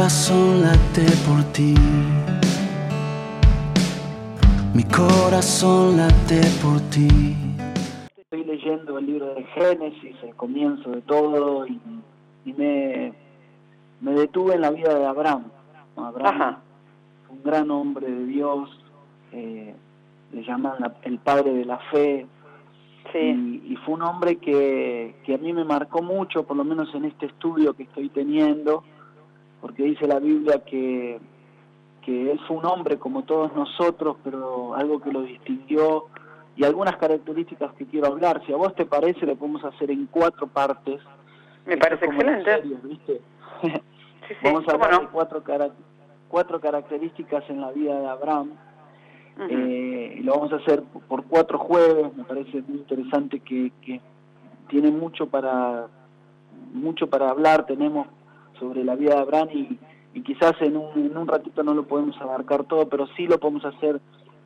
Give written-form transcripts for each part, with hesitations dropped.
corazón late por ti. Mi corazón late por ti. Estoy leyendo el libro de Génesis, el comienzo de todo, y me detuve en la vida de Abraham. Abraham fue un gran hombre de Dios, le llaman el padre de la fe, sí. y fue un hombre que a mí me marcó mucho, por lo menos en este estudio que estoy teniendo, porque dice la Biblia que él fue un hombre como todos nosotros, pero algo que lo distinguió, y algunas características que quiero hablar. Si a vos te parece, lo podemos hacer en 4 partes. Me parece excelente. Series, ¿viste? Sí, vamos a hablar de 4 características en la vida de Abraham. Y lo vamos a hacer por 4 jueves. Me parece muy interesante que tiene mucho para hablar. Tenemos sobre la vida de Abraham y quizás en un ratito no lo podemos abarcar todo, pero sí lo podemos hacer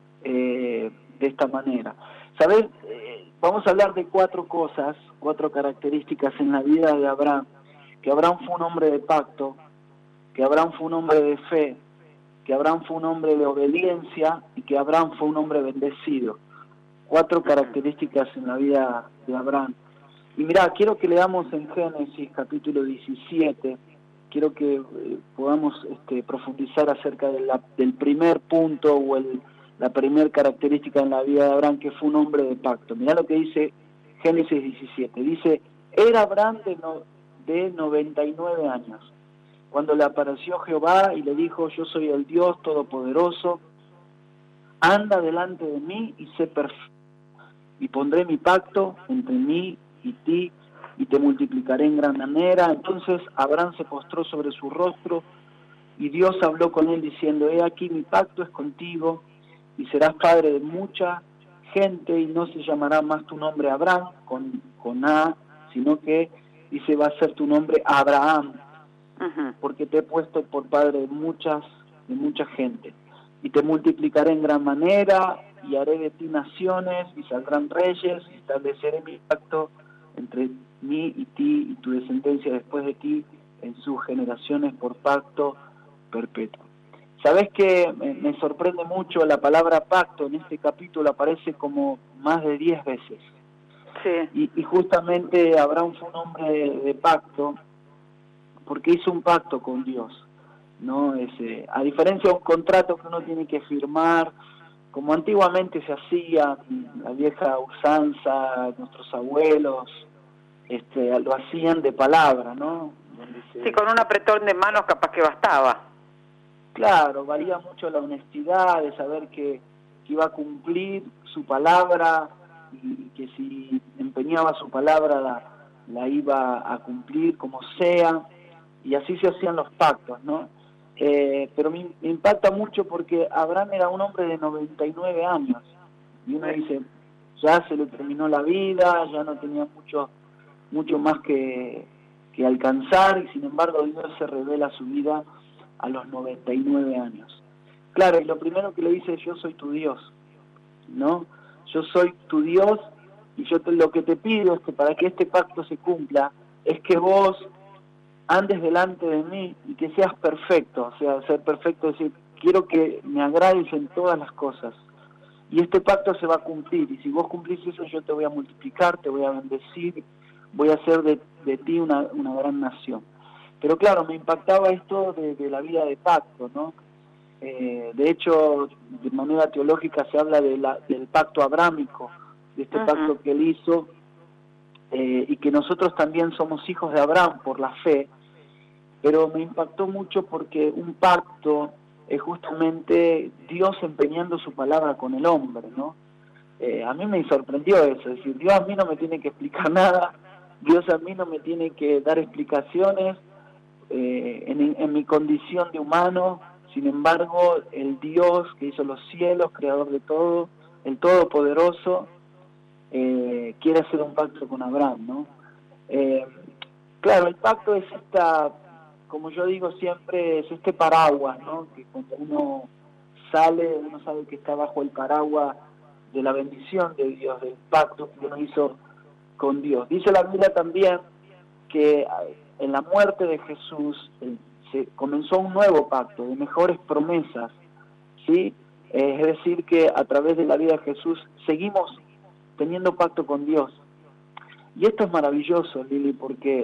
de esta manera. ¿Sabés? Vamos a hablar de 4 cosas, 4 características en la vida de Abraham. Que Abraham fue un hombre de pacto, que Abraham fue un hombre de fe, que Abraham fue un hombre de obediencia y que Abraham fue un hombre bendecido. 4 características en la vida de Abraham. Y mirá, quiero que leamos en Génesis capítulo 17, quiero que podamos profundizar acerca del primer punto o la primera característica en la vida de Abraham, que fue un hombre de pacto. Mirá lo que dice Génesis 17. Dice, era Abraham de 99 años, cuando le apareció Jehová y le dijo, yo soy el Dios Todopoderoso, anda delante de mí y sé perfecto, y pondré mi pacto entre mí y ti, y te multiplicaré en gran manera. Entonces Abraham se postró sobre su rostro, y Dios habló con él diciendo, he aquí mi pacto es contigo, y serás padre de mucha gente, y no se llamará más tu nombre Abraham, con A, sino que, dice, va a ser tu nombre Abraham, porque te he puesto por padre de mucha gente, y te multiplicaré en gran manera, y haré de ti naciones, y saldrán reyes, y estableceré mi pacto entre mí y ti, y tu descendencia después de ti, en sus generaciones por pacto perpetuo. ¿Sabés qué? Me sorprende mucho la palabra pacto en este capítulo, aparece como más de 10 veces. Sí. Y justamente Abraham fue un hombre de pacto, porque hizo un pacto con Dios, ¿no? A diferencia de un contrato que uno tiene que firmar, como antiguamente se hacía, la vieja usanza, nuestros abuelos, lo hacían de palabra, ¿no? Sí, con un apretón de manos capaz que bastaba. Claro, valía mucho la honestidad de saber que iba a cumplir su palabra y que si empeñaba su palabra la iba a cumplir como sea, y así se hacían los pactos, ¿no? Pero me impacta mucho porque Abraham era un hombre de 99 años, y uno dice, ya se le terminó la vida, ya no tenía mucho más que alcanzar, y sin embargo Dios se revela a su vida a los 99 años. Claro, y lo primero que le dice, yo soy tu Dios, ¿no? Yo soy tu Dios, y lo que te pido es que para que este pacto se cumpla, es que vos andes delante de mí y que seas perfecto. O sea, ser perfecto es decir, quiero que me agrades en todas las cosas, y este pacto se va a cumplir, y si vos cumplís eso, yo te voy a multiplicar, te voy a bendecir, voy a hacer de ti una gran nación. Pero claro, me impactaba esto de la vida de pacto, ¿no? De hecho, de manera teológica se habla del pacto abrámico, de este pacto que él hizo, y que nosotros también somos hijos de Abraham por la fe, pero me impactó mucho porque un pacto es justamente Dios empeñando su palabra con el hombre, ¿no? A mí me sorprendió eso, es decir, Dios a mí no me tiene que explicar nada, Dios a mí no me tiene que dar explicaciones en mi condición de humano. Sin embargo, el Dios que hizo los cielos, creador de todo, el Todopoderoso, quiere hacer un pacto con Abraham, ¿no? Claro, el pacto es como yo digo siempre, es este paraguas, ¿no? Que cuando uno sale, uno sabe que está bajo el paraguas de la bendición de Dios, del pacto que uno hizo con Dios. Dice la Biblia también que en la muerte de Jesús, se comenzó un nuevo pacto de mejores promesas, ¿sí? Es decir, que a través de la vida de Jesús seguimos teniendo pacto con Dios. Y esto es maravilloso, Lili, porque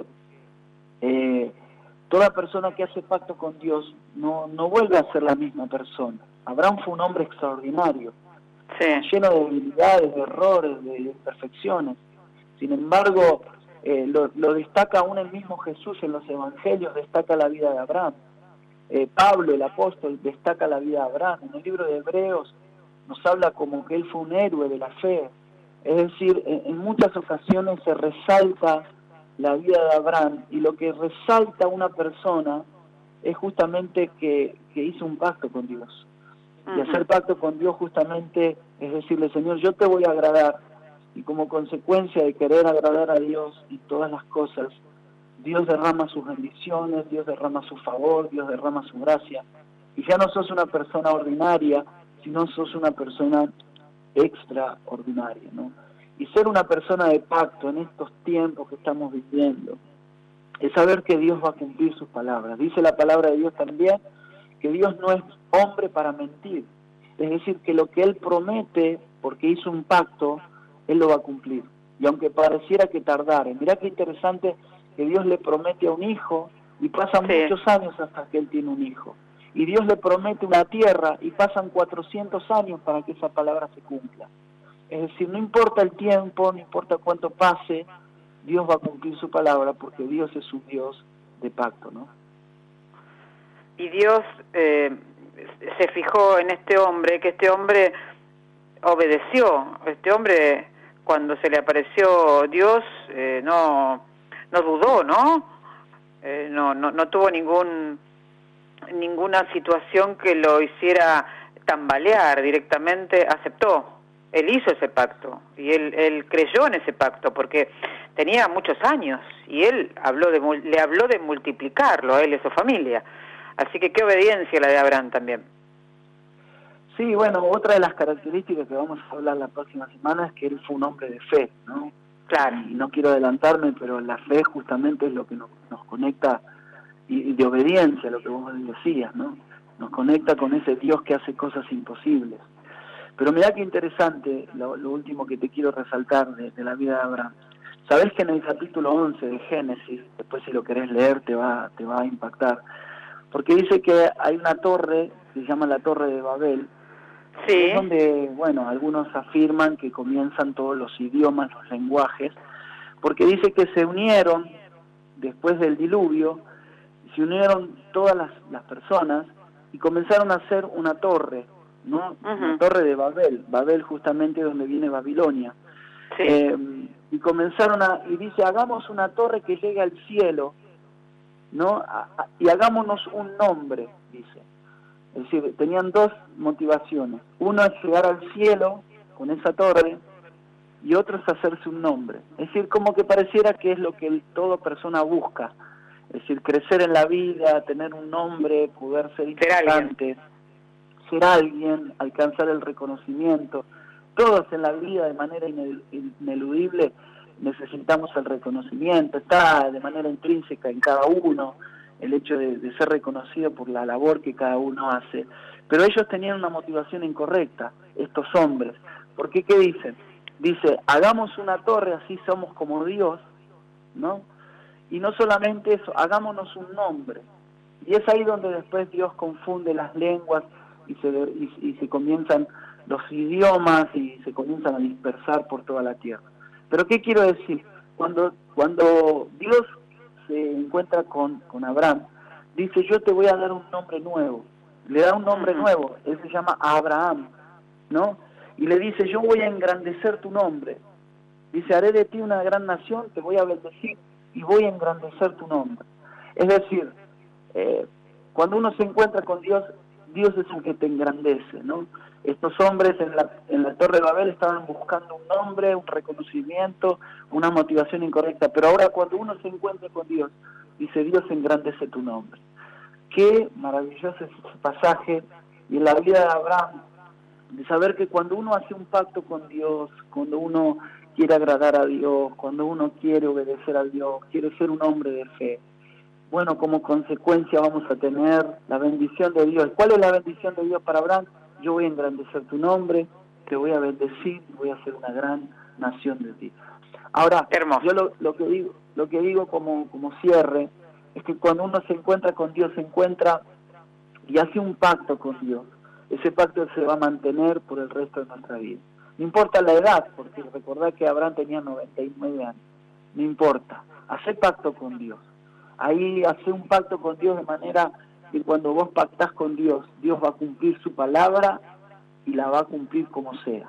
toda persona que hace pacto con Dios no vuelve a ser la misma persona. Abraham fue un hombre extraordinario, Sí. lleno de debilidades, de errores, de imperfecciones. Sin embargo, lo destaca aún el mismo Jesús en los evangelios, destaca la vida de Abraham. Pablo, el apóstol, destaca la vida de Abraham. En el libro de Hebreos nos habla como que él fue un héroe de la fe. Es decir, en muchas ocasiones se resalta la vida de Abraham, y lo que resalta una persona es justamente que hizo un pacto con Dios. Y hacer pacto con Dios justamente es decirle, Señor, yo te voy a agradar, y como consecuencia de querer agradar a Dios y todas las cosas, Dios derrama sus bendiciones, Dios derrama su favor, Dios derrama su gracia, y ya no sos una persona ordinaria, sino sos una persona extraordinaria, ¿no? Y ser una persona de pacto en estos tiempos que estamos viviendo es saber que Dios va a cumplir sus palabras. Dice la palabra de Dios también que Dios no es hombre para mentir, es decir, que lo que Él promete, porque hizo un pacto, Él lo va a cumplir. Y aunque pareciera que tardare, mirá qué interesante que Dios le promete a un hijo y pasan muchos años hasta que Él tiene un hijo. Y Dios le promete una tierra y pasan 400 años para que esa palabra se cumpla. Es decir, no importa el tiempo, no importa cuánto pase, Dios va a cumplir su palabra, porque Dios es un Dios de pacto, ¿no? Y Dios se fijó en este hombre, que este hombre obedeció. Este hombre, cuando se le apareció Dios, no dudó, ¿no? No tuvo ninguna situación que lo hiciera tambalear, directamente aceptó. Él hizo ese pacto y él creyó en ese pacto porque tenía muchos años y él le habló de multiplicarlo a él y a su familia. Así que qué obediencia la de Abraham también. Sí, bueno, otra de las características que vamos a hablar la próxima semana es que él fue un hombre de fe, ¿no? Claro. Y no quiero adelantarme, pero la fe justamente es lo que nos conecta, y de obediencia, lo que vos decías, ¿no? Nos conecta con ese Dios que hace cosas imposibles. Pero mirá qué interesante, lo último que te quiero resaltar de la vida de Abraham. Sabés que en el capítulo 11 de Génesis, después si lo querés leer te va a impactar, porque dice que hay una torre, se llama la Torre de Babel, sí, es donde, bueno, algunos afirman que comienzan todos los idiomas, los lenguajes, porque dice que se unieron, después del diluvio, se unieron todas las personas y comenzaron a hacer una torre, ¿no? La Torre de Babel, Babel justamente donde viene Babilonia. Sí. Y comenzaron y dice, hagamos una torre que llegue al cielo, ¿no? Y hagámonos un nombre, dice. Es decir, tenían dos motivaciones. Uno es llegar al cielo con esa torre y otro es hacerse un nombre. Es decir, como que pareciera que es lo que toda persona busca. Es decir, crecer en la vida, tener un nombre, poder ser importante, ser alguien, alcanzar el reconocimiento. Todos en la vida de manera ineludible necesitamos el reconocimiento, está de manera intrínseca en cada uno el hecho de ser reconocido por la labor que cada uno hace. Pero ellos tenían una motivación incorrecta, estos hombres. ¿Por qué? ¿Qué dicen? Dice, hagamos una torre, así somos como Dios, ¿no? Y no solamente eso, hagámonos un nombre. Y es ahí donde después Dios confunde las lenguas y se comienzan los idiomas y se comienzan a dispersar por toda la tierra. Pero ¿qué quiero decir? Cuando Dios se encuentra con Abraham, dice, yo te voy a dar un nombre nuevo. Le da un nombre nuevo, él se llama Abraham, ¿no? Y le dice, yo voy a engrandecer tu nombre. Dice, haré de ti una gran nación, te voy a bendecir y voy a engrandecer tu nombre. Es decir, cuando uno se encuentra con Dios, Dios es el que te engrandece, ¿no? Estos hombres en la Torre de Babel estaban buscando un nombre, un reconocimiento, una motivación incorrecta, pero ahora cuando uno se encuentra con Dios, dice, Dios engrandece tu nombre. Qué maravilloso es ese pasaje, y en la vida de Abraham, de saber que cuando uno hace un pacto con Dios, cuando uno quiere agradar a Dios, cuando uno quiere obedecer a Dios, quiere ser un hombre de fe, bueno, como consecuencia vamos a tener la bendición de Dios. ¿Cuál es la bendición de Dios para Abraham? Yo voy a engrandecer tu nombre, te voy a bendecir, voy a hacer una gran nación de ti. Ahora, yo lo que digo como cierre, es que cuando uno se encuentra con Dios, se encuentra y hace un pacto con Dios. Ese pacto se va a mantener por el resto de nuestra vida. No importa la edad, porque recordad que Abraham tenía 99 años. No importa, hace pacto con Dios. Ahí hace un pacto con Dios de manera que cuando vos pactás con Dios, Dios va a cumplir su palabra y la va a cumplir como sea.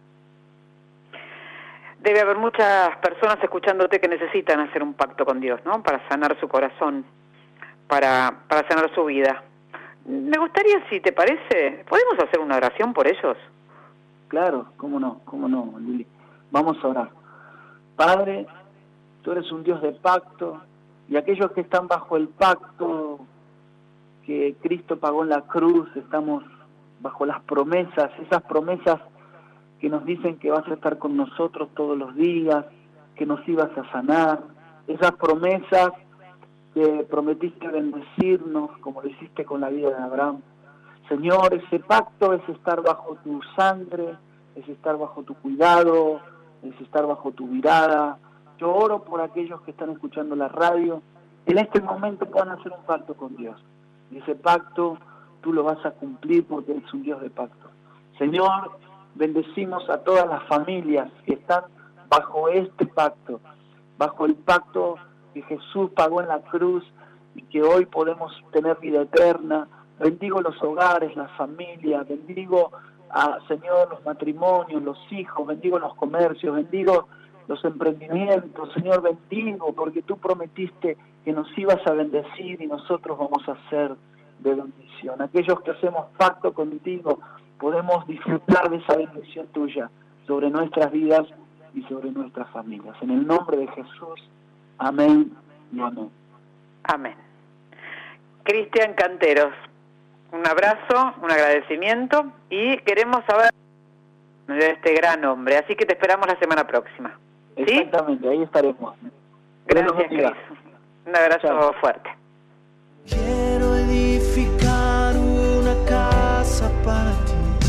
Debe haber muchas personas escuchándote que necesitan hacer un pacto con Dios, ¿no? Para sanar su corazón, para sanar su vida. Me gustaría, si te parece, ¿podemos hacer una oración por ellos? Claro, cómo no, Lili. Vamos a orar. Padre, tú eres un Dios de pacto, y aquellos que están bajo el pacto que Cristo pagó en la cruz, estamos bajo las promesas, esas promesas que nos dicen que vas a estar con nosotros todos los días, que nos ibas a sanar, esas promesas que prometiste bendecirnos, como lo hiciste con la vida de Abraham. Señor, ese pacto es estar bajo tu sangre, es estar bajo tu cuidado, es estar bajo tu mirada. Yo oro por aquellos que están escuchando la radio, en este momento puedan hacer un pacto con Dios. Y ese pacto tú lo vas a cumplir porque eres un Dios de pacto. Señor, bendecimos a todas las familias que están bajo este pacto, bajo el pacto que Jesús pagó en la cruz y que hoy podemos tener vida eterna. Bendigo los hogares, las familias, bendigo Señor, los matrimonios, los hijos, bendigo los comercios, bendigo los emprendimientos. Señor, bendigo porque tú prometiste que nos ibas a bendecir y nosotros vamos a ser de bendición. Aquellos que hacemos pacto contigo podemos disfrutar de esa bendición tuya sobre nuestras vidas y sobre nuestras familias. En el nombre de Jesús, amén y amén. Amén. Cristian Canteros, un abrazo, un agradecimiento y queremos saber de este gran hombre, así que te esperamos la semana próxima. ¿Sí? Exactamente, ahí estaremos. Gracias, Cris. Un abrazo Chao. fuerte. Quiero edificar una casa para ti,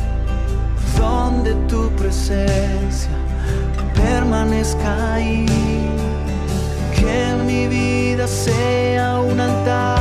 donde tu presencia permanezca ahí, que mi vida sea un altar